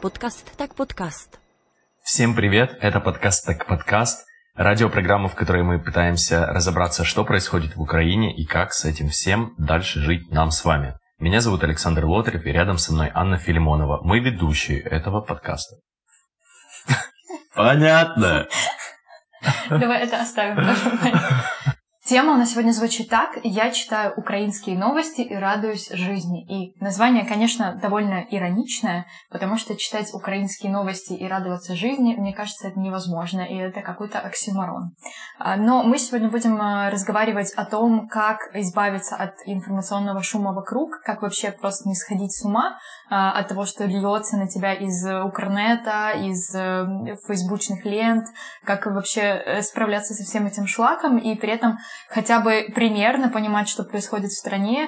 Подкаст так подкаст. Всем привет, это подкаст так подкаст, радиопрограмма, в которой мы пытаемся разобраться, что происходит в Украине и как с этим всем дальше жить нам с вами. Меня зовут Александр Лотарев, и рядом со мной Анна Филимонова, мы ведущие этого подкаста. Понятно. Давай это оставим. Тема на сегодня звучит так: я читаю украинские новости и радуюсь жизни. И название, конечно, довольно ироничное, потому что читать украинские новости и радоваться жизни, мне кажется, это невозможно, и это какой-то оксиморон. Но мы сегодня будем разговаривать о том, как избавиться от информационного шума вокруг, как вообще просто не сходить с ума от того, что льется на тебя из Укрнета, из фейсбучных лент, как вообще справляться со всем этим шлаком и при этом хотя бы примерно понимать, что происходит в стране,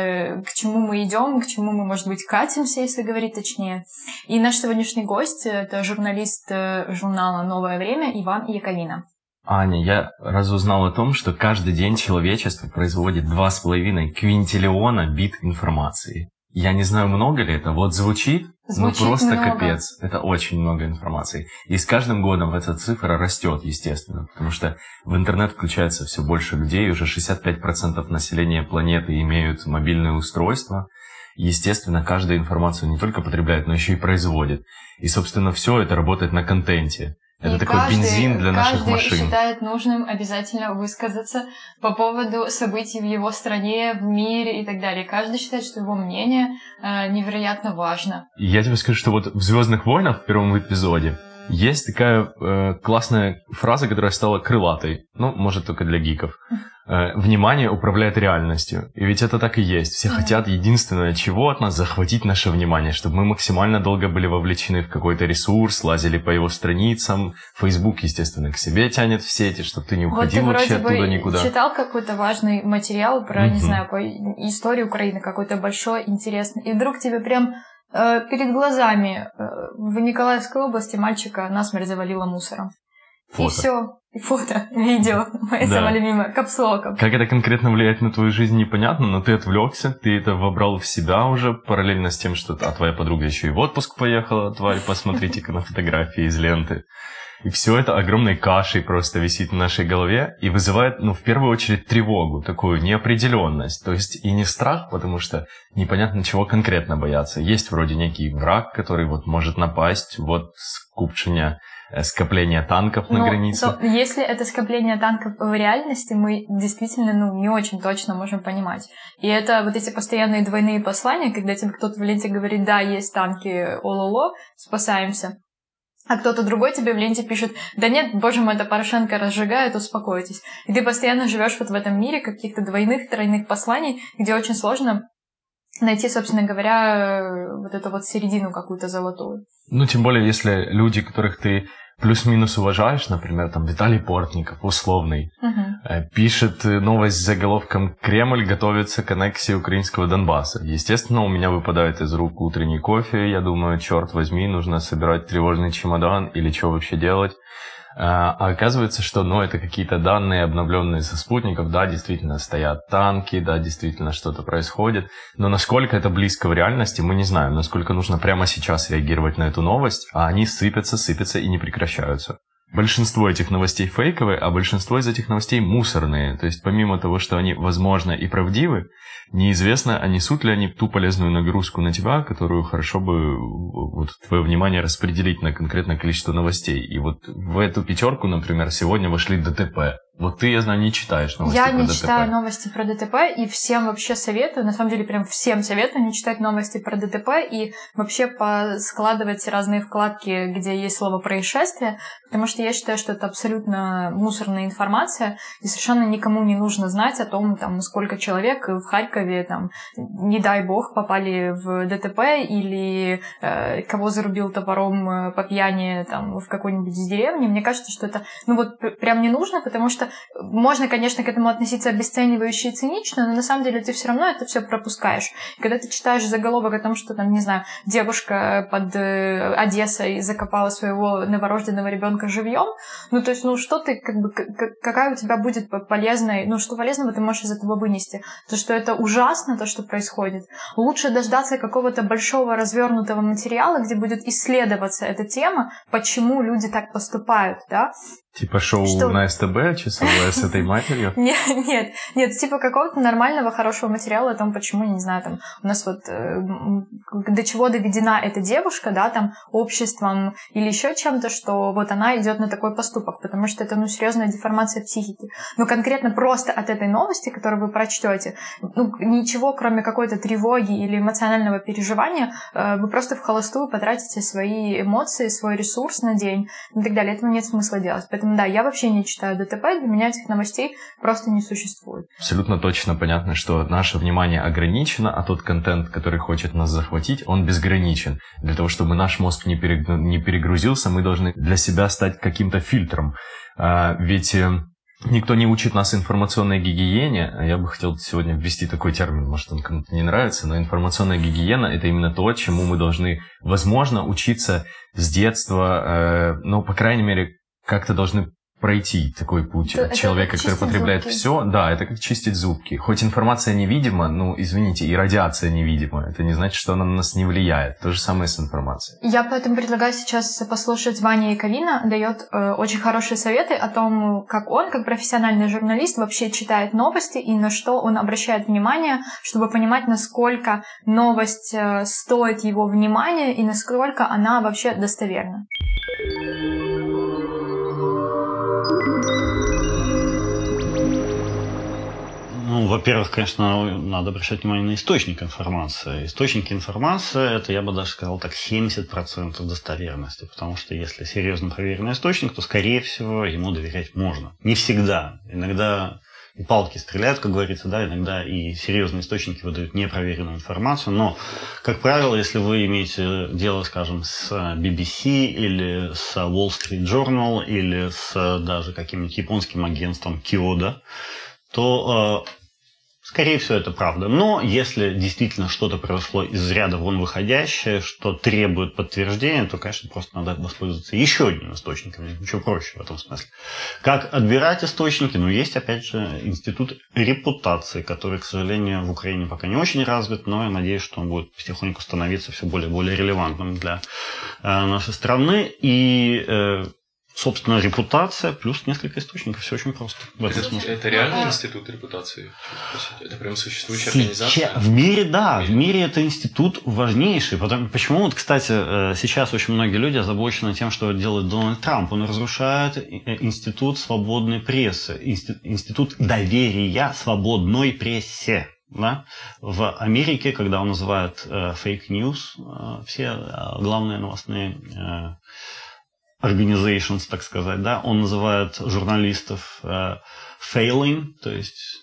к чему мы идем, к чему мы, может быть, катимся, если говорить точнее. И наш сегодняшний гость — это журналист журнала «Новое время» Иван Яковина. Аня, я разузнал о том, что каждый день человечество производит 2,5 квинтиллиона бит информации. Я не знаю, много ли это, вот звучит просто много. Капец. Это очень много информации. И с каждым годом эта цифра растет, естественно, потому что в интернет включается все больше людей, уже 65% населения планеты имеют мобильные устройства. Естественно, каждая информацию не только потребляет, но еще и производит. И, собственно, все это работает на контенте. Это и такой бензин для наших машин. Каждый считает нужным обязательно высказаться по поводу событий в его стране, в мире и так далее. Каждый считает, что его мнение невероятно важно. Я тебе скажу, что вот в «Звездных войнах» в первом эпизоде есть такая классная фраза, которая стала крылатой. Ну, может, только для гиков. Внимание управляет реальностью. И ведь это так и есть. Все хотят единственное, чего от нас — захватить наше внимание, чтобы мы максимально долго были вовлечены в какой-то ресурс, лазили по его страницам. Facebook, естественно, к себе тянет в сети, чтобы ты не уходил вот вообще оттуда бы никуда. Читал какой-то важный материал про, не знаю, по истории Украины, какой-то большой, интересный. И вдруг тебе прям перед глазами в Николаевской области мальчика насмерть завалило мусором. Фото. И все. И фото, видео, моя самая любимая, капслоком. Как это конкретно влияет на твою жизнь, непонятно, но ты отвлекся, ты это вобрал в себя уже, параллельно с тем, что твоя подруга еще и в отпуск поехала, тварь, посмотрите-ка на фотографии из ленты. И все это огромной кашей просто висит на нашей голове и вызывает, в первую очередь, тревогу, такую неопределенность. То есть и не страх, потому что непонятно, чего конкретно бояться. Есть вроде некий враг, который может напасть, скопление танков на границе. Если это скопление танков в реальности, мы действительно, не очень точно можем понимать. И это вот эти постоянные двойные послания, когда тебе кто-то в ленте говорит: да, есть танки, ололо, спасаемся. А кто-то другой тебе в ленте пишет: да нет, боже мой, это Порошенко разжигает, успокойтесь. И ты постоянно живешь в этом мире каких-то двойных, тройных посланий, где очень сложно найти, собственно говоря, вот эту середину какую-то золотую. Тем более, если люди, которых ты плюс-минус уважаешь, например, Виталий Портников, условный, пишет новость с заголовком «Кремль готовится к аннексии украинского Донбасса». Естественно, у меня выпадает из рук утренний кофе, я думаю, черт возьми, нужно собирать тревожный чемодан или что вообще делать. А оказывается, что это какие-то данные, обновленные со спутников. Да, действительно стоят танки, да, действительно что-то происходит. Но насколько это близко в реальности, мы не знаем. Насколько нужно прямо сейчас реагировать на эту новость, а они сыпятся и не прекращаются. Большинство этих новостей фейковые, а большинство из этих новостей мусорные. То есть помимо того, что они, возможно, и правдивы, неизвестно, а несут ли они ту полезную нагрузку на тебя, которую хорошо бы твое внимание распределить на конкретное количество новостей. И в эту пятерку, например, сегодня вошли ДТП. Ты, я знаю, не читаешь новости про ДТП. Я не читаю новости про ДТП, и всем вообще советую, на самом деле прям всем советую не читать новости про ДТП и вообще складывать разные вкладки, где есть слово «происшествие», потому что я считаю, что это абсолютно мусорная информация, и совершенно никому не нужно знать о том, сколько человек в Харькове, не дай бог, попали в ДТП, или кого зарубил топором по пьяни в какой-нибудь из деревни. Мне кажется, что это прям не нужно, потому что можно, конечно, к этому относиться обесценивающе и цинично, но на самом деле ты все равно это все пропускаешь. И когда ты читаешь заголовок о том, что там, не знаю, девушка под Одессой закопала своего новорожденного ребенка живьем, ну, то есть, ну, что ты, как бы, какая у тебя будет полезная, ну, что полезного ты можешь из этого вынести? То, что это ужасно, то, что происходит. Лучше дождаться какого-то большого развернутого материала, где будет исследоваться эта тема, почему люди так поступают, да? Типа шоу на СТБ часовое с этой матерью? Нет, типа какого-то нормального, хорошего материала о том, почему, не знаю, там, у нас вот до чего доведена эта девушка, да, там, обществом или еще чем-то, что вот она идет на такой поступок, потому что это, ну, серьезная деформация психики. Но конкретно просто от этой новости, которую вы прочтете, ну, ничего, кроме какой-то тревоги или эмоционального переживания, вы просто в холостую потратите свои эмоции, свой ресурс на день и так далее. Этого нет смысла делать. Поэтому, да, я вообще не читаю ДТП, для меня этих новостей просто не существует. Абсолютно точно понятно, что наше внимание ограничено, а тот контент, который хочет нас захватить, он безграничен. Для того, чтобы наш мозг не перегрузился, мы должны для себя стать каким-то фильтром. Ведь никто не учит нас информационной гигиене. Я бы хотел сегодня ввести такой термин, может, он кому-то не нравится, но информационная гигиена – это именно то, чему мы должны, возможно, учиться с детства, но, по крайней мере, как-то должны пройти такой путь от человека, который потребляет все. Да, это как чистить зубки. Хоть информация невидима, ну, извините, и радиация невидима. Это не значит, что она на нас не влияет. То же самое с информацией. Я поэтому предлагаю сейчас послушать Ваня Яковина. Дает очень хорошие советы о том, как он, как профессиональный журналист, вообще читает новости и на что он обращает внимание, чтобы понимать, насколько новость стоит его внимания и насколько она вообще достоверна. Ну, во-первых, конечно, надо обращать внимание на источник информации. Источники информации – это, я бы даже сказал так, 70% достоверности. Потому что если серьезно проверенный источник, то, скорее всего, ему доверять можно. Не всегда. Иногда и палки стреляют, как говорится, да, иногда и серьезные источники выдают непроверенную информацию. Но, как правило, если вы имеете дело, скажем, с BBC или с Wall Street Journal или с даже каким-нибудь японским агентством Киода, то, скорее всего, это правда. Но если действительно что-то произошло из ряда вон выходящее, что требует подтверждения, то, конечно, просто надо воспользоваться еще одним источником. Ничего проще в этом смысле. Как отбирать источники? Ну, есть, опять же, институт репутации, который, к сожалению, в Украине пока не очень развит, но я надеюсь, что он будет потихоньку становиться все более и более релевантным для нашей страны. И собственно, репутация плюс несколько источников. Все очень просто. Это реальный институт репутации? Это прям существующая организация? В мире, да. В мире это институт важнейший. Почему, вот, кстати, сейчас очень многие люди озабочены тем, что делает Дональд Трамп. Он разрушает институт свободной прессы, институт доверия свободной прессе. Да? В Америке, когда он называет фейк-ньюс, все главные новостные organizations, так сказать, да, он называет журналистов failing, то есть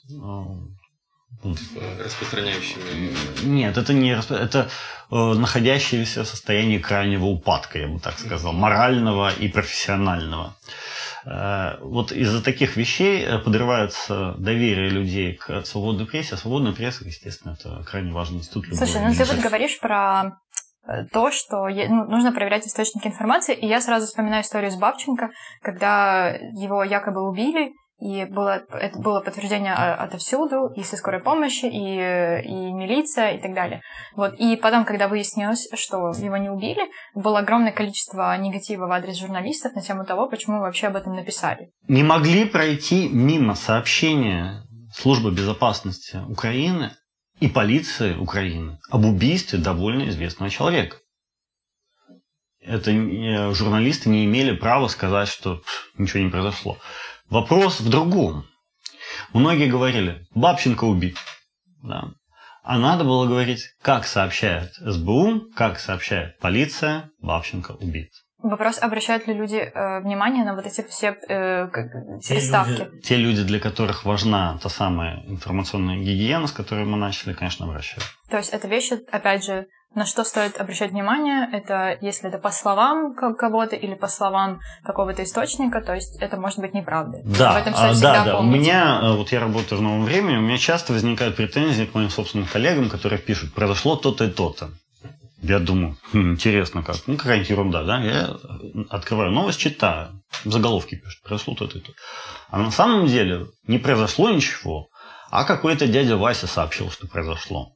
распространяющими. Нет, это не это находящиеся в состоянии крайнего упадка, я бы так сказал, морального и профессионального. Вот из-за таких вещей подрывается доверие людей к свободной прессе, а свободная пресса, естественно, это крайне важный институт. Слушай, ну ты вот говоришь про то, что нужно проверять источники информации, и я сразу вспоминаю историю с Бабченко, когда его якобы убили, и это было подтверждение отовсюду, и со скорой помощи, и милиция, и так далее. Вот. И потом, когда выяснилось, что его не убили, было огромное количество негатива в адрес журналистов на тему того, почему вообще об этом написали. Не могли пройти мимо сообщения Службы безопасности Украины и полиции Украины об убийстве довольно известного человека. Это журналисты не имели права сказать, что ничего не произошло. Вопрос в другом. Многие говорили, Бабченко убит. Да. А надо было говорить, как сообщает СБУ, как сообщает полиция, Бабченко убит. Вопрос, обращают ли люди внимание на вот эти все приставки? Те люди, для которых важна та самая информационная гигиена, с которой мы начали, конечно, обращают. То есть это вещи, опять же, На что стоит обращать внимание, это если это по словам кого-то или по словам какого-то источника, то есть это может быть неправдой. Да, об этом стоит всегда да. У помнить. меня, вот я работаю в Новом времени, у меня часто возникают претензии к моим собственным коллегам, которые пишут, произошло то-то и то-то. Я думаю, интересно как. Ну, какая-нибудь ерунда, да? Я открываю новость, читаю. Заголовки пишут, произошло то-то и то-то. А на самом деле не произошло ничего, а какой-то дядя Вася сообщил, что произошло.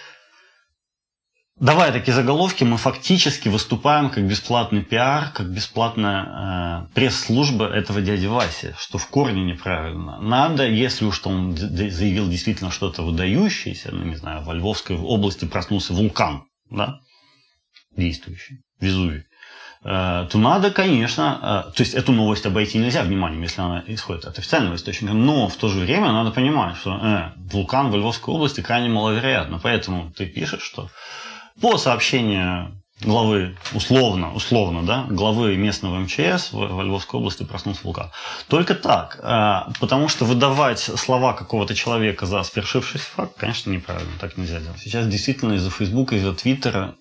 Давая такие заголовки, мы фактически выступаем как бесплатный пиар, как бесплатная пресс-служба этого дяди Васи, что в корне неправильно. Надо, если уж он заявил действительно что-то выдающееся, ну, не знаю, во Львовской области проснулся вулкан, да, действующий, Везувий, то надо, конечно, то есть эту новость обойти нельзя вниманием, если она исходит от официального источника, но в то же время надо понимать, что вулкан в Львовской области крайне маловероятно, поэтому ты пишешь, что по сообщению главы, условно, да, главы местного МЧС в Львовской области проснулся вулкан. Только так, потому что выдавать слова какого-то человека за свершившийся факт, конечно, неправильно, так нельзя делать. Сейчас действительно из-за Фейсбука, из-за Твиттера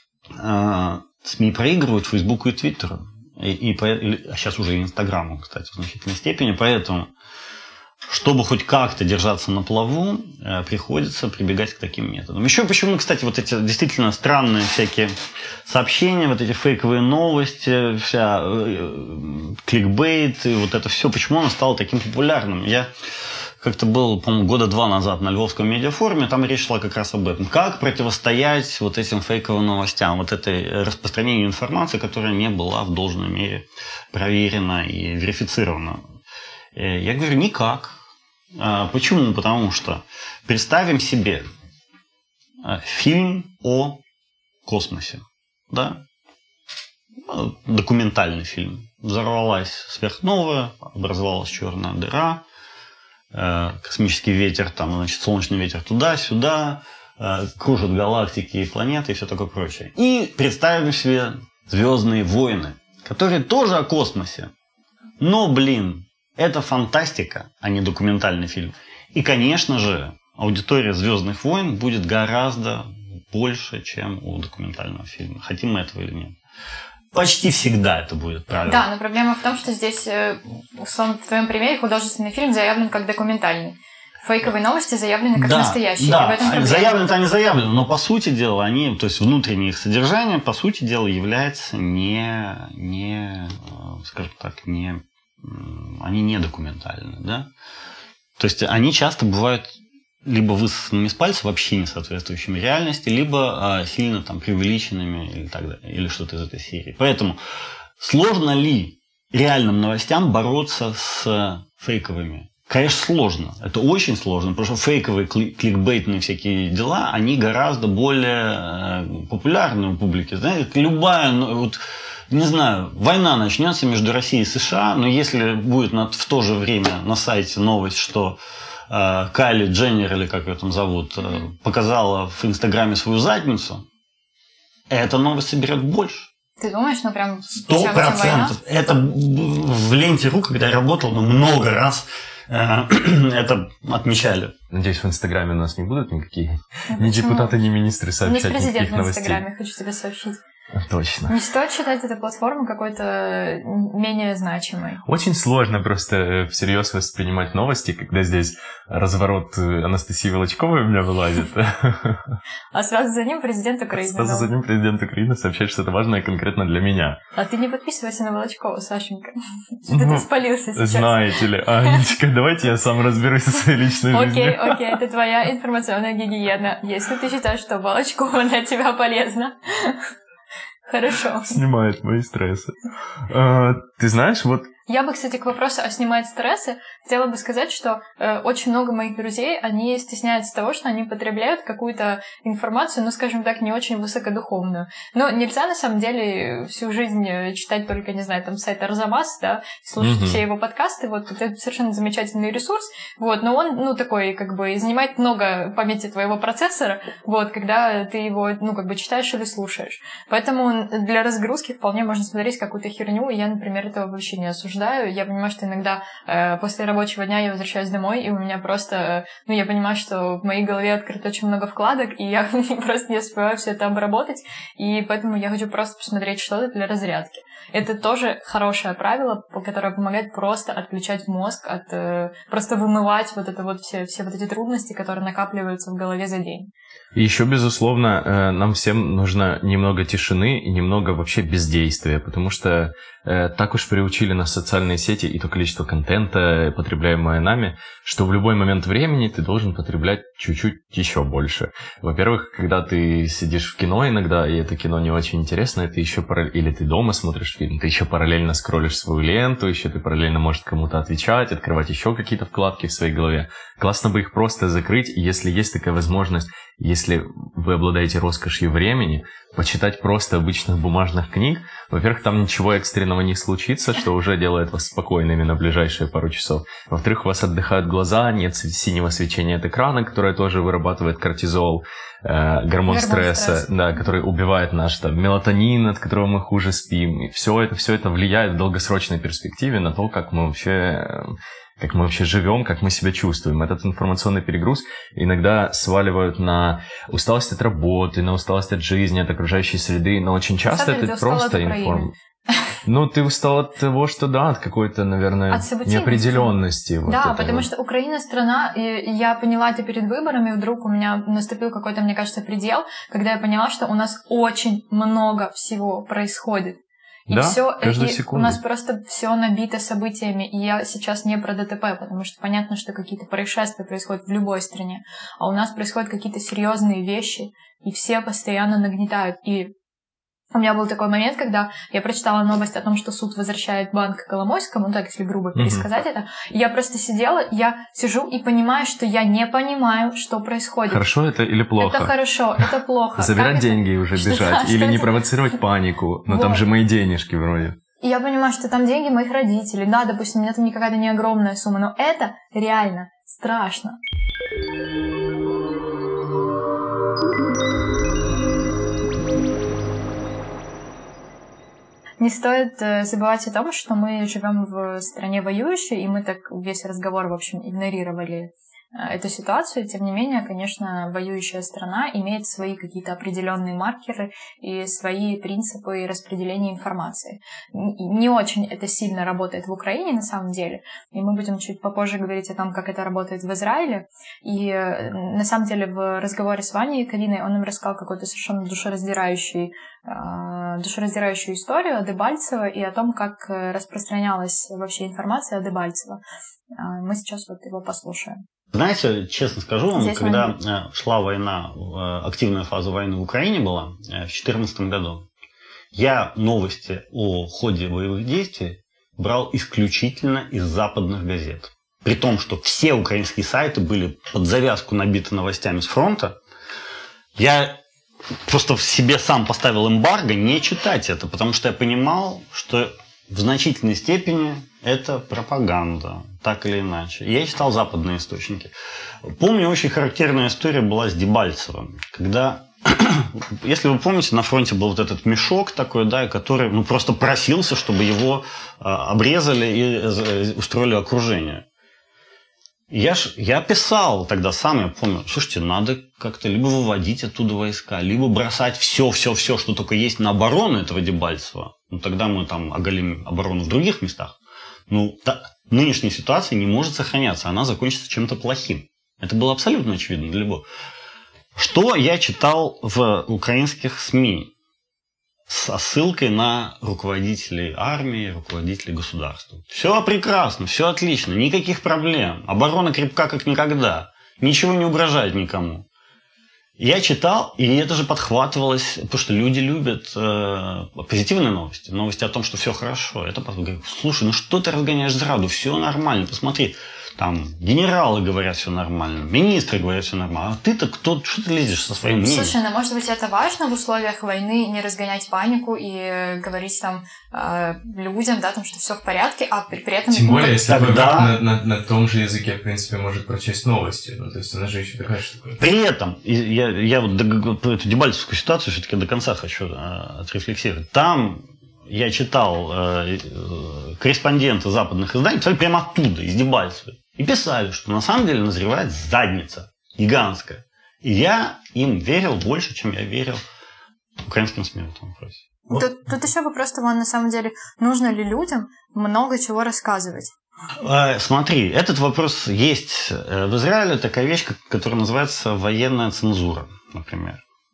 СМИ проигрывают Фейсбуку и Твиттеру. А сейчас уже и Инстаграму, кстати, в значительной степени. Поэтому, чтобы хоть как-то держаться на плаву, приходится прибегать к таким методам. Еще почему, кстати, вот эти действительно странные всякие сообщения, вот эти фейковые новости, вся кликбейт, и вот это все, почему оно стало таким популярным? Я как-то был, по-моему, года 2 назад на Львовском медиафоруме, там речь шла как раз об этом. Как противостоять вот этим фейковым новостям, вот этой распространению информации, которая не была в должной мере проверена и верифицирована. Я говорю, никак. Почему? Потому что представим себе фильм о космосе, да? Документальный фильм. Взорвалась сверхновая, образовалась черная дыра, космический ветер, там, значит, солнечный ветер туда-сюда, кружат галактики и планеты и все такое прочее. И представим себе «Звездные войны», которые тоже о космосе. Но, блин, это фантастика, а не документальный фильм. И, конечно же, аудитория «Звездных войн» будет гораздо больше, чем у документального фильма. Хотим мы этого или нет. Почти всегда это будет правильно. Да, но проблема в том, что здесь, условно, в твоем примере художественный фильм заявлен как документальный. Фейковые новости заявлены как настоящие. Да, и заявлено-то они заявлены, но по сути дела они, то есть внутреннее их содержание, по сути дела, является скажем так, они не документальны, да? То есть они часто бывают либо высосанными из пальца, вообще не соответствующими реальности, либо сильно там преувеличенными или так далее, или что-то из этой серии. Поэтому сложно ли реальным новостям бороться с фейковыми? Конечно, сложно. Это очень сложно, потому что фейковые кликбейтные всякие дела, они гораздо более популярны у публики. Знаете, любая, вот, не знаю, война начнется между Россией и США, но если будет в то же время на сайте новость, что Кайли Дженнер, или как ее там зовут, показала в Инстаграме свою задницу, эта новость соберет больше. Ты думаешь, ну прям 100%. Это в ленте.ру, когда я работал, много раз это отмечали. Надеюсь, в Инстаграме у нас не будут никакие ни депутаты, ни министры сообщать никаких новостей. У нас президент в Инстаграме, хочу тебе сообщить. Точно. Не стоит считать эту платформу какой-то менее значимой. Очень сложно просто всерьез воспринимать новости, когда здесь разворот Анастасии Волочковой у меня вылазит. А сразу за ним президент Украины. Сразу за ним президент Украины сообщает что-то важное конкретно для меня. А ты не подписывайся на Волочкову, Сашенька. Что-то ты спалился сейчас. Знаете ли, Анечка, давайте я сам разберусь со своей личной жизнью. Окей, это твоя информационная гигиена. Если ты считаешь, что Волочкова для тебя полезна. Хорошо. Снимает мои стрессы. Ты знаешь, вот... Я бы, кстати, к вопросу о снимает стрессы, хотела бы сказать, что очень много моих друзей, они стесняются того, что они потребляют какую-то информацию, ну, скажем так, не очень высокодуховную. Но нельзя, на самом деле, всю жизнь читать только, не знаю, там, сайт Арзамас, да, слушать все его подкасты, вот, это совершенно замечательный ресурс, вот, но он, ну, такой, как бы, занимает много памяти твоего процессора, вот, когда ты его, ну, как бы, читаешь или слушаешь. Поэтому для разгрузки вполне можно смотреть какую-то херню, и я, например, этого вообще не осуждаю. обсуждаю, я понимаю, что иногда после рабочего дня я возвращаюсь домой, и у меня просто, я понимаю, что в моей голове открыто очень много вкладок, и я просто не успеваю все это обработать, и поэтому я хочу просто посмотреть что-то для разрядки. Это тоже хорошее правило, которое помогает просто отключать мозг, просто вымывать все вот эти трудности, которые накапливаются в голове за день. И еще, безусловно, нам всем нужно немного тишины и немного вообще бездействия, потому что так уж приучили нас социальные сети и то количество контента, потребляемое нами, что в любой момент времени ты должен потреблять чуть-чуть еще больше. Во-первых, когда ты сидишь в кино иногда, и это кино не очень интересно, ты еще или ты дома смотришь фильм, ты еще параллельно скроллишь свою ленту, еще ты параллельно можешь кому-то отвечать, открывать еще какие-то вкладки в своей голове. Классно бы их просто закрыть, и если есть такая возможность, если вы обладаете роскошью времени, почитать просто обычных бумажных книг. Во-первых, там ничего экстренного не случится, что уже делает вас спокойными на ближайшие пару часов. Во-вторых, у вас отдыхают глаза, нет синего свечения от экрана, которое тоже вырабатывает кортизол, гормон стресса, да, который убивает наш мелатонин, от которого мы хуже спим. И все это влияет в долгосрочной перспективе на то, как мы вообще живем, как мы себя чувствуем. Этот информационный перегруз иногда сваливают на усталость от работы, на усталость от жизни, от окружающей среды, но очень часто это просто информация. Ну, ты устал от того, что от какой-то, наверное, неопределенности. Да, потому что Украина страна, и я поняла это перед выборами, вдруг у меня наступил какой-то, мне кажется, предел, когда я поняла, что у нас очень много всего происходит. И да, все, каждую и секунду. У нас просто все набито событиями. И я сейчас не про ДТП, потому что понятно, что какие-то происшествия происходят в любой стране. А у нас происходят какие-то серьезные вещи, и все постоянно нагнетают. И у меня был такой момент, когда я прочитала новость о том, что суд возвращает банк Коломойскому, так если грубо пересказать это. Я просто я сижу и понимаю, что я не понимаю, что происходит. Хорошо это или плохо? Это хорошо, это плохо. Забирать деньги и уже бежать, или не провоцировать панику, но там же мои денежки вроде. И я понимаю, что там деньги моих родителей, да, допустим, у меня там какая-то не огромная сумма, но это реально страшно. Не стоит забывать о том, что мы живем в стране воюющей, и мы так весь разговор, в общем, игнорировали эту ситуацию. Тем не менее, конечно, воюющая страна имеет свои какие-то определенные маркеры и свои принципы распределения информации. Не очень это сильно работает в Украине на самом деле, и мы будем чуть попозже говорить о том, как это работает в Израиле. И на самом деле в разговоре с Ваней Калиной он нам рассказал какую-то совершенно душераздирающую историю о Дебальцево и о том, как распространялась вообще информация о Дебальцево. Мы сейчас его послушаем. Знаете, честно скажу вам, когда шла война, активная фаза войны в Украине была в 2014 году, я новости о ходе боевых действий брал исключительно из западных газет. При том, что все украинские сайты были под завязку набиты новостями с фронта, я просто в себе сам поставил эмбарго не читать это, потому что я понимал, что в значительной степени это пропаганда, так или иначе. Я читал западные источники. Помню, очень характерная история была с Дебальцевым, когда, если вы помните, на фронте был вот этот мешок такой, да, который просто просился, чтобы его обрезали и устроили окружение. Я писал тогда сам, я помню, слушайте, надо как-то либо выводить оттуда войска, либо бросать все, что только есть на оборону этого Дебальцева. Тогда мы там оголим оборону в других местах. Нынешняя ситуация не может сохраняться, она закончится чем-то плохим. Это было абсолютно очевидно для любого. Что я читал в украинских СМИ с ссылкой на руководителей армии, руководителей государства. Все прекрасно, все отлично, никаких проблем. Оборона крепка как никогда. Ничего не угрожает никому. Я читал, и это же подхватывалось, потому что люди любят позитивные новости. Новости о том, что все хорошо. Это говорю, слушай, что ты разгоняешь зраду? Все нормально, посмотри. Там генералы говорят, все нормально, министры говорят, все нормально. А ты-то кто? Что ты лезешь со своим мнением? Слушай, может быть, это важно в условиях войны не разгонять панику и говорить там людям, да, там, что все в порядке, а при этом... Тем более, если тогда... на том же языке, в принципе, может прочесть новости. То есть она же еще такая штука. При этом, я вот эту дебальцевскую ситуацию все-таки до конца хочу отрефлексировать. Там я читал, корреспонденты западных изданий писали прямо оттуда, из Дебальцева. И писали, что на самом деле назревает задница гигантская. И я им верил больше, чем я верил украинским СМИ в этом вопросе. Тут еще вопрос того, на самом деле, нужно ли людям много чего рассказывать? Смотри, этот вопрос есть в Израиле, такая вещь, которая называется военная цензура, например.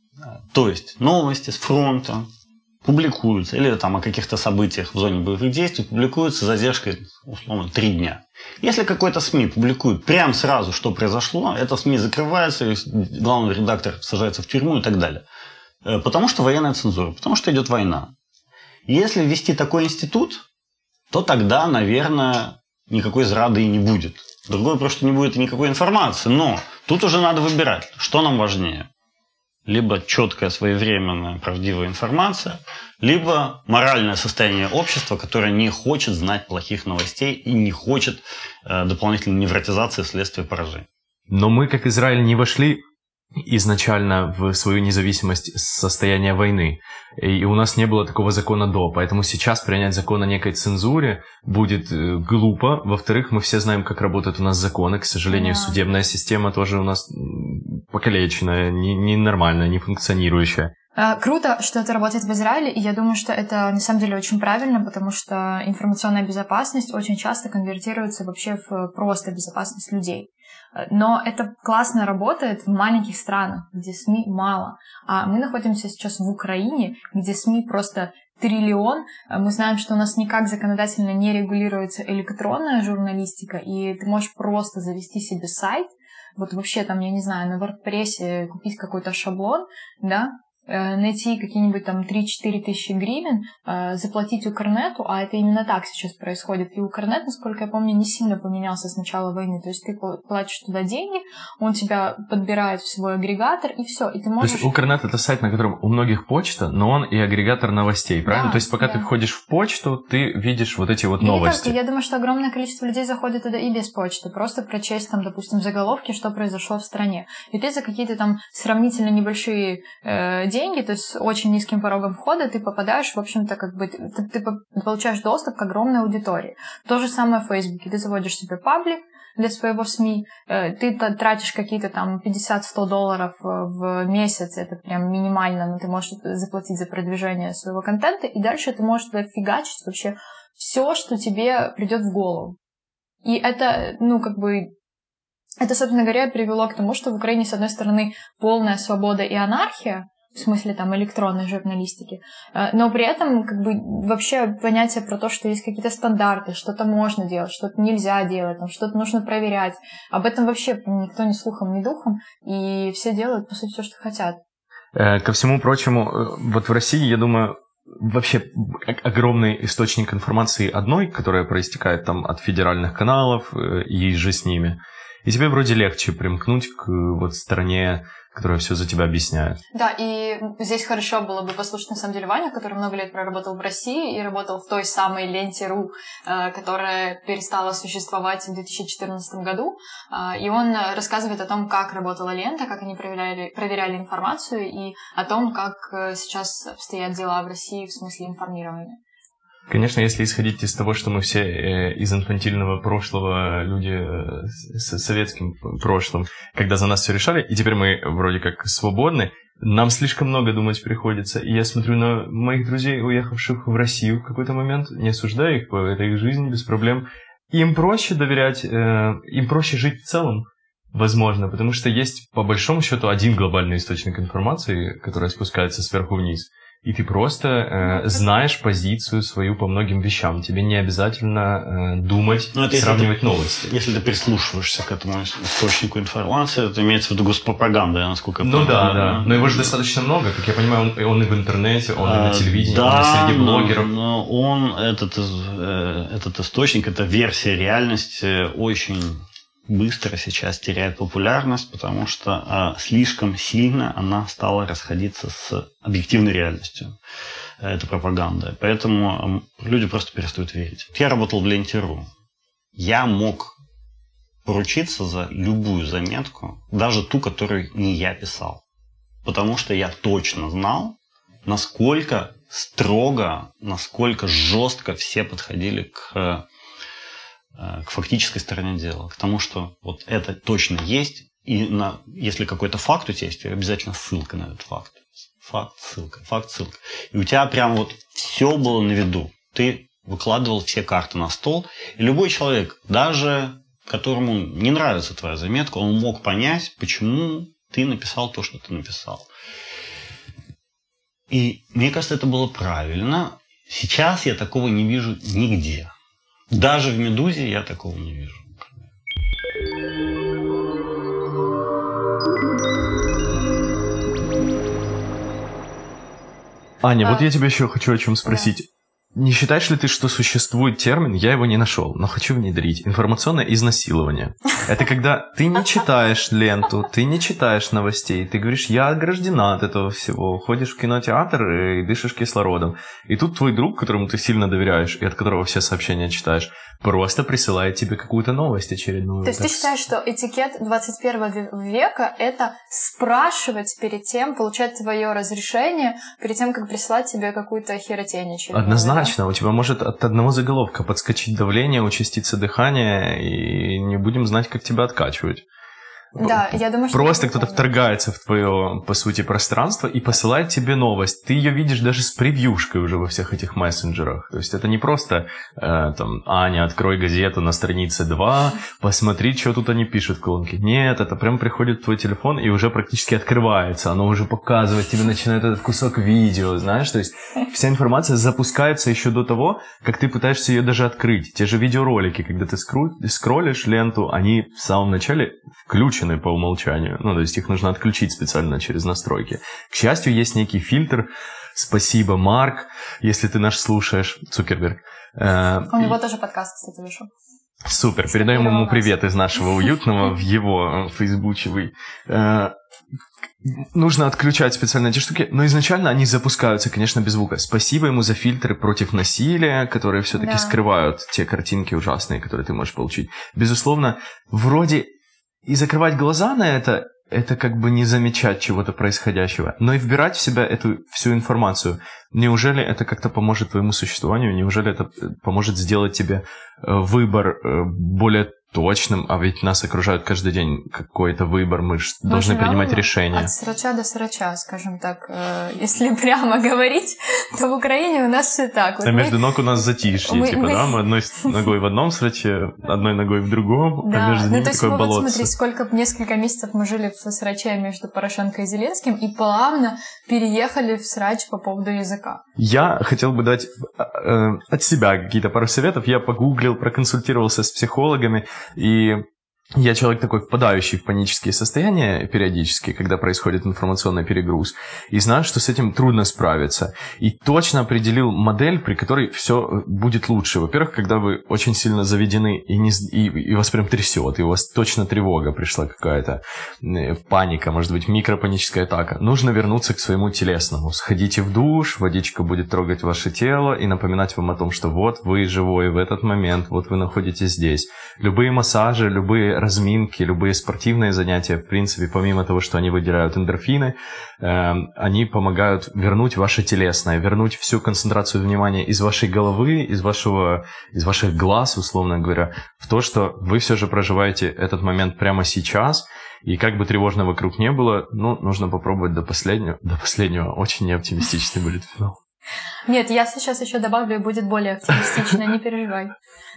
То есть новости с фронта публикуются, или там о каких-то событиях в зоне боевых действий публикуются с задержкой, условно, 3 дня. Если какой-то СМИ публикует прямо сразу, что произошло, это СМИ закрывается, главный редактор сажается в тюрьму и так далее. Потому что военная цензура, потому что идет война. Если ввести такой институт, то тогда, наверное, никакой зрады и не будет. Другое вопрос, что не будет и никакой информации. Но тут уже надо выбирать, что нам важнее. Либо четкая, своевременная, правдивая информация, либо моральное состояние общества, которое не хочет знать плохих новостей и не хочет дополнительной невротизации вследствие поражений. Но мы, как Израиль, не вошли изначально в свою независимость с состояния войны. И у нас не было такого закона до. Поэтому сейчас принять закон о некой цензуре будет глупо. Во-вторых, мы все знаем, как работают у нас законы. К сожалению, судебная система тоже у нас покалеченная, ненормальная, не функционирующая. Круто, что это работает в Израиле, и я думаю, что это на самом деле очень правильно, потому что информационная безопасность очень часто конвертируется вообще в просто безопасность людей. Но это классно работает в маленьких странах, где СМИ мало. А мы находимся сейчас в Украине, где СМИ просто триллион. Мы знаем, что у нас никак законодательно не регулируется электронная журналистика, и ты можешь просто завести себе сайт, вот вообще там, я не знаю, на WordPress купить какой-то шаблон, да, найти какие-нибудь там 3-4 тысячи гривен, заплатить Укрнету, а это именно так сейчас происходит. И Укрнет, насколько я помню, не сильно поменялся с начала войны. То есть ты платишь туда деньги, он тебя подбирает в свой агрегатор, и все. И ты можешь... То есть Укрнет — это сайт, на котором у многих почта, но он и агрегатор новостей, правильно? Да, то есть пока ты входишь в почту, ты видишь вот эти вот новости. Я думаю, что огромное количество людей заходит туда и без почты. Просто прочесть там, допустим, заголовки, что произошло в стране. И ты за какие-то там сравнительно небольшие деньги, то есть с очень низким порогом входа, ты попадаешь, в общем-то, как бы, ты получаешь доступ к огромной аудитории. То же самое в Фейсбуке. Ты заводишь себе паблик для своего СМИ, ты тратишь какие-то там $50-100 в месяц, это прям минимально, но ты можешь заплатить за продвижение своего контента, и дальше ты можешь туда фигачить вообще все, что тебе придет в голову. И это, это, собственно говоря, привело к тому, что в Украине, с одной стороны, полная свобода и анархия, в смысле там электронной журналистики, но при этом как бы вообще понятие про то, что есть какие-то стандарты, что-то можно делать, что-то нельзя делать, там, что-то нужно проверять, об этом вообще никто ни слухом, ни духом, и все делают, по сути, все, что хотят. Ко всему прочему, вот в России, я думаю, вообще огромный источник информации одной, которая проистекает там от федеральных каналов и же с ними. И тебе вроде легче примкнуть к вот стороне, которая все за тебя объясняет. Да, и здесь хорошо было бы послушать, на самом деле, Ваню, который много лет проработал в России и работал в той самой Ленте.ру, которая перестала существовать в 2014 году. И он рассказывает о том, как работала Лента, как они проверяли информацию и о том, как сейчас обстоят дела в России в смысле информирования. Конечно, если исходить из того, что мы все из инфантильного прошлого люди с советским прошлым, когда за нас все решали, и теперь мы вроде как свободны, нам слишком много думать приходится. И я смотрю на моих друзей, уехавших в Россию в какой-то момент, не осуждаю их, это их жизнь, без проблем. Им проще доверять, им проще жить в целом, возможно, потому что есть по большому счету один глобальный источник информации, который спускается сверху вниз. И ты просто знаешь позицию свою по многим вещам. Тебе не обязательно думать, сравнивать новости. Если ты прислушиваешься к этому источнику информации, это имеется в виду госпропаганда, насколько я понимаю. Ну да. Но его же достаточно много. Как я понимаю, он и в интернете, он и на телевидении, он и среди блогеров. Но он, этот источник, эта версия реальности очень быстро сейчас теряет популярность, потому что слишком сильно она стала расходиться с объективной реальностью. Это пропаганда. Поэтому люди просто перестают верить. Я работал в Ленте.ру. Я мог поручиться за любую заметку, даже ту, которую не я писал. Потому что я точно знал, насколько строго, насколько жестко все подходили к фактической стороне дела. К тому, что вот это точно есть, и если какой-то факт у тебя есть, обязательно ссылка на этот факт. Факт, ссылка. И у тебя прям вот все было на виду. Ты выкладывал все карты на стол, и любой человек, даже которому не нравится твоя заметка, он мог понять, почему ты написал то, что ты написал. И мне кажется, это было правильно. Сейчас я такого не вижу нигде. Даже в «Медузе» я такого не вижу. Аня, вот я тебя еще хочу о чем спросить. Не считаешь ли ты, что существует термин, я его не нашел, но хочу внедрить, информационное изнасилование? Это когда ты не читаешь ленту, ты не читаешь новостей, ты говоришь, я ограждена от этого всего, ходишь в кинотеатр и дышишь кислородом. И тут твой друг, которому ты сильно доверяешь и от которого все сообщения читаешь, просто присылает тебе какую-то новость очередную. То есть ты считаешь, что этикет 21 века — это спрашивать перед тем, получать твое разрешение, перед тем, как присылать тебе какую-то херотень очередную? Однозначно. У тебя может от одного заголовка подскочить давление, участиться дыхание, и не будем знать, как тебя откачивать. Да, я думаю, что... Просто кто-то вторгается в твое, по сути, пространство и посылает тебе новость. Ты ее видишь даже с превьюшкой уже во всех этих мессенджерах. То есть это не просто, там, Аня, открой газету на странице 2, посмотри, что тут они пишут в колонке. Нет, это прям приходит в твой телефон и уже практически открывается. Оно уже показывает тебе, начинает этот кусок видео, знаешь. То есть вся информация запускается еще до того, как ты пытаешься ее даже открыть. Те же видеоролики, когда ты скроллишь ленту, они в самом начале включены по умолчанию. Ну, то есть их нужно отключить специально через настройки. К счастью, есть некий фильтр. Спасибо, Марк, если ты наш слушаешь, Цукерберг. У него тоже подкаст, кстати, вышел. Супер, передаем ему привет из нашего уютного в его фейсбучевый. Нужно отключать специально эти штуки, но изначально они запускаются, конечно, без звука. Спасибо ему за фильтры против насилия, которые все-таки скрывают те картинки ужасные, которые ты можешь получить. Безусловно, вроде и закрывать глаза на это как бы не замечать чего-то происходящего, но и вбирать в себя эту всю информацию. Неужели это как-то поможет твоему существованию? Неужели это поможет сделать тебе выбор более точным? А ведь нас окружают каждый день какой-то выбор, мы же должны принимать решения. От срача до срача, скажем так. Если прямо говорить, то в Украине у нас все так. Вот между ног у нас затишье, да? Мы одной ногой в одном сраче, одной ногой в другом, да. А между ними такое болотце. Вот смотри, несколько месяцев мы жили в сраче между Порошенко и Зеленским и плавно переехали в срач по поводу языка. Я хотел бы дать от себя какие-то пару советов. Я погуглил, проконсультировался с психологами, и я человек такой, впадающий в панические состояния периодически, когда происходит информационный перегруз, и знаю, что с этим трудно справиться. И точно определил модель, при которой все будет лучше. Во-первых, когда вы очень сильно заведены, и вас прям трясет, и у вас точно тревога пришла какая-то, паника, может быть, микропаническая атака. Нужно вернуться к своему телесному. Сходите в душ, водичка будет трогать ваше тело и напоминать вам о том, что вот вы живой в этот момент, вот вы находитесь здесь. Любые массажи, любые разминки, любые спортивные занятия, в принципе, помимо того, что они выделяют эндорфины, они помогают вернуть ваше телесное, вернуть всю концентрацию внимания из вашей головы, из ваших глаз, условно говоря, в то, что вы все же проживаете этот момент прямо сейчас, и как бы тревожно вокруг не было, нужно попробовать до последнего. Очень неоптимистичный будет финал. Нет, я сейчас еще добавлю, и будет более оптимистично, не переживай.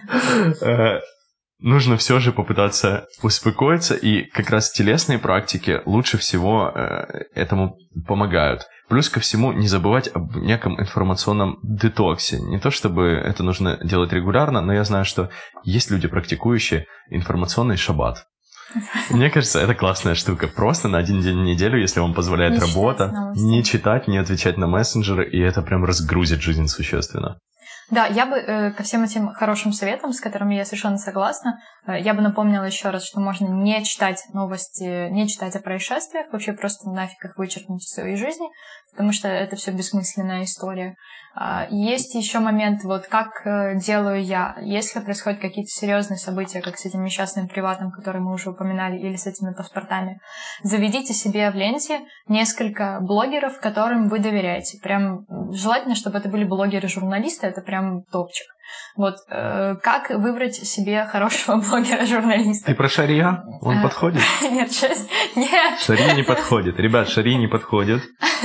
Нужно все же попытаться успокоиться, и как раз телесные практики лучше всего этому помогают. Плюс ко всему не забывать об неком информационном детоксе. Не то чтобы это нужно делать регулярно, но я знаю, что есть люди, практикующие информационный шаббат. Мне кажется, это классная штука. Просто на один день в неделю, если вам позволяет работа, не читать, не отвечать на мессенджеры, и это прям разгрузит жизнь существенно. Да, я бы ко всем этим хорошим советам, с которыми я совершенно согласна, я бы напомнила еще раз, что можно не читать новости, не читать о происшествиях, вообще просто нафиг их вычеркнуть из своей жизни, потому что это все бессмысленная история. Есть еще момент, вот как делаю я, если происходят какие-то серьезные события, как с этим несчастным приватом, который мы уже упоминали, или с этими паспортами, заведите себе в ленте несколько блогеров, которым вы доверяете. Прям желательно, чтобы это были блогеры-журналисты, это прям топчик. Вот как выбрать себе хорошего блогера-журналиста? Ты про Шария? Он подходит? Нет, нет. Шари не подходит. Ребят, Шари не подходит.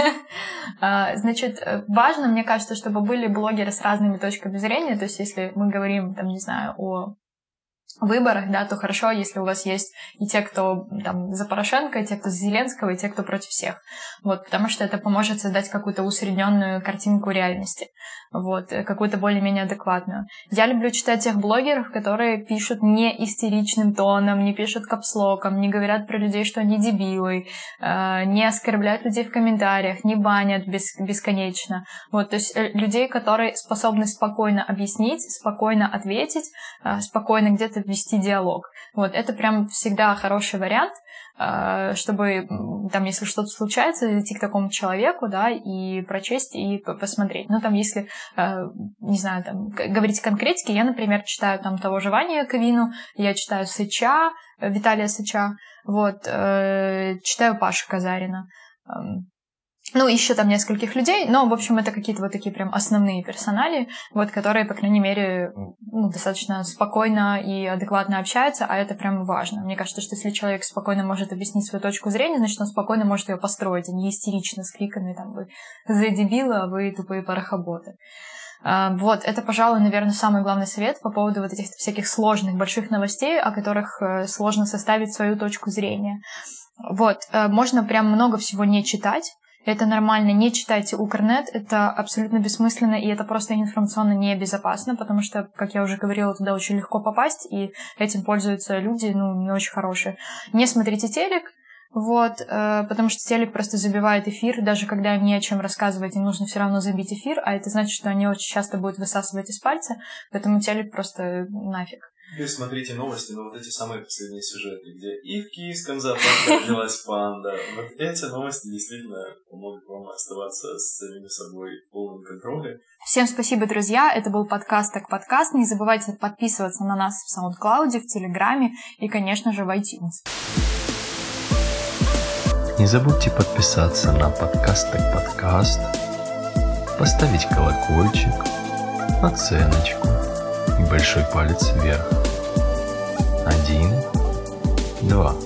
Значит, важно, мне кажется, чтобы были блогеры с разными точками зрения. То есть, если мы говорим, там, не знаю, о выборах, да, то хорошо, если у вас есть и те, кто там за Порошенко, и те, кто за Зеленского, и те, кто против всех. Вот, потому что это поможет создать какую-то усредненную картинку реальности. Вот, какую-то более-менее адекватную. Я люблю читать тех блогеров, которые пишут не истеричным тоном, не пишут капслоком, не говорят про людей, что они дебилы, не оскорбляют людей в комментариях, не банят бесконечно. Вот, то есть людей, которые способны спокойно объяснить, спокойно ответить, спокойно где-то вести диалог. Вот, это прям всегда хороший вариант, чтобы, там, если что-то случается, идти к такому человеку, да, и прочесть, и посмотреть. Ну, там, если, не знаю, там, говорить конкретики, я, например, читаю там того же Ваню Яковину, я читаю Сыча, Виталия Сыча, вот, читаю Пашу Казарина. Ну, еще там нескольких людей, но, в общем, это какие-то вот такие прям основные персонали, вот, которые, по крайней мере, ну, достаточно спокойно и адекватно общаются, а это прям важно. Мне кажется, что если человек спокойно может объяснить свою точку зрения, значит, он спокойно может ее построить, а не истерично с криками, там, вы за дебила, а вы тупые порохоботы. Вот, это, пожалуй, наверное, самый главный совет по поводу вот этих всяких сложных, больших новостей, о которых сложно составить свою точку зрения. Вот, можно прям много всего не читать. Это нормально, не читайте Укрнет, это абсолютно бессмысленно, и это просто информационно небезопасно, потому что, как я уже говорила, туда очень легко попасть, и этим пользуются люди, ну, не очень хорошие. Не смотрите телек, вот, потому что телек просто забивает эфир, даже когда им не о чем рассказывать, им нужно все равно забить эфир, а это значит, что они очень часто будут высасывать из пальца, поэтому телек просто нафиг. Вы смотрите новости, но вот эти самые последние сюжеты, где и в киевском зоопарке родилась панда. Вот эти новости действительно помогут вам оставаться с самим собой в полном контроле. Всем спасибо, друзья. Это был подкаст «Так подкаст». Не забывайте подписываться на нас в SoundCloud, в Телеграме и, конечно же, в iTunes. Не забудьте подписаться на подкаст «Так подкаст», поставить колокольчик, оценочку и большой палец вверх. 1, 2.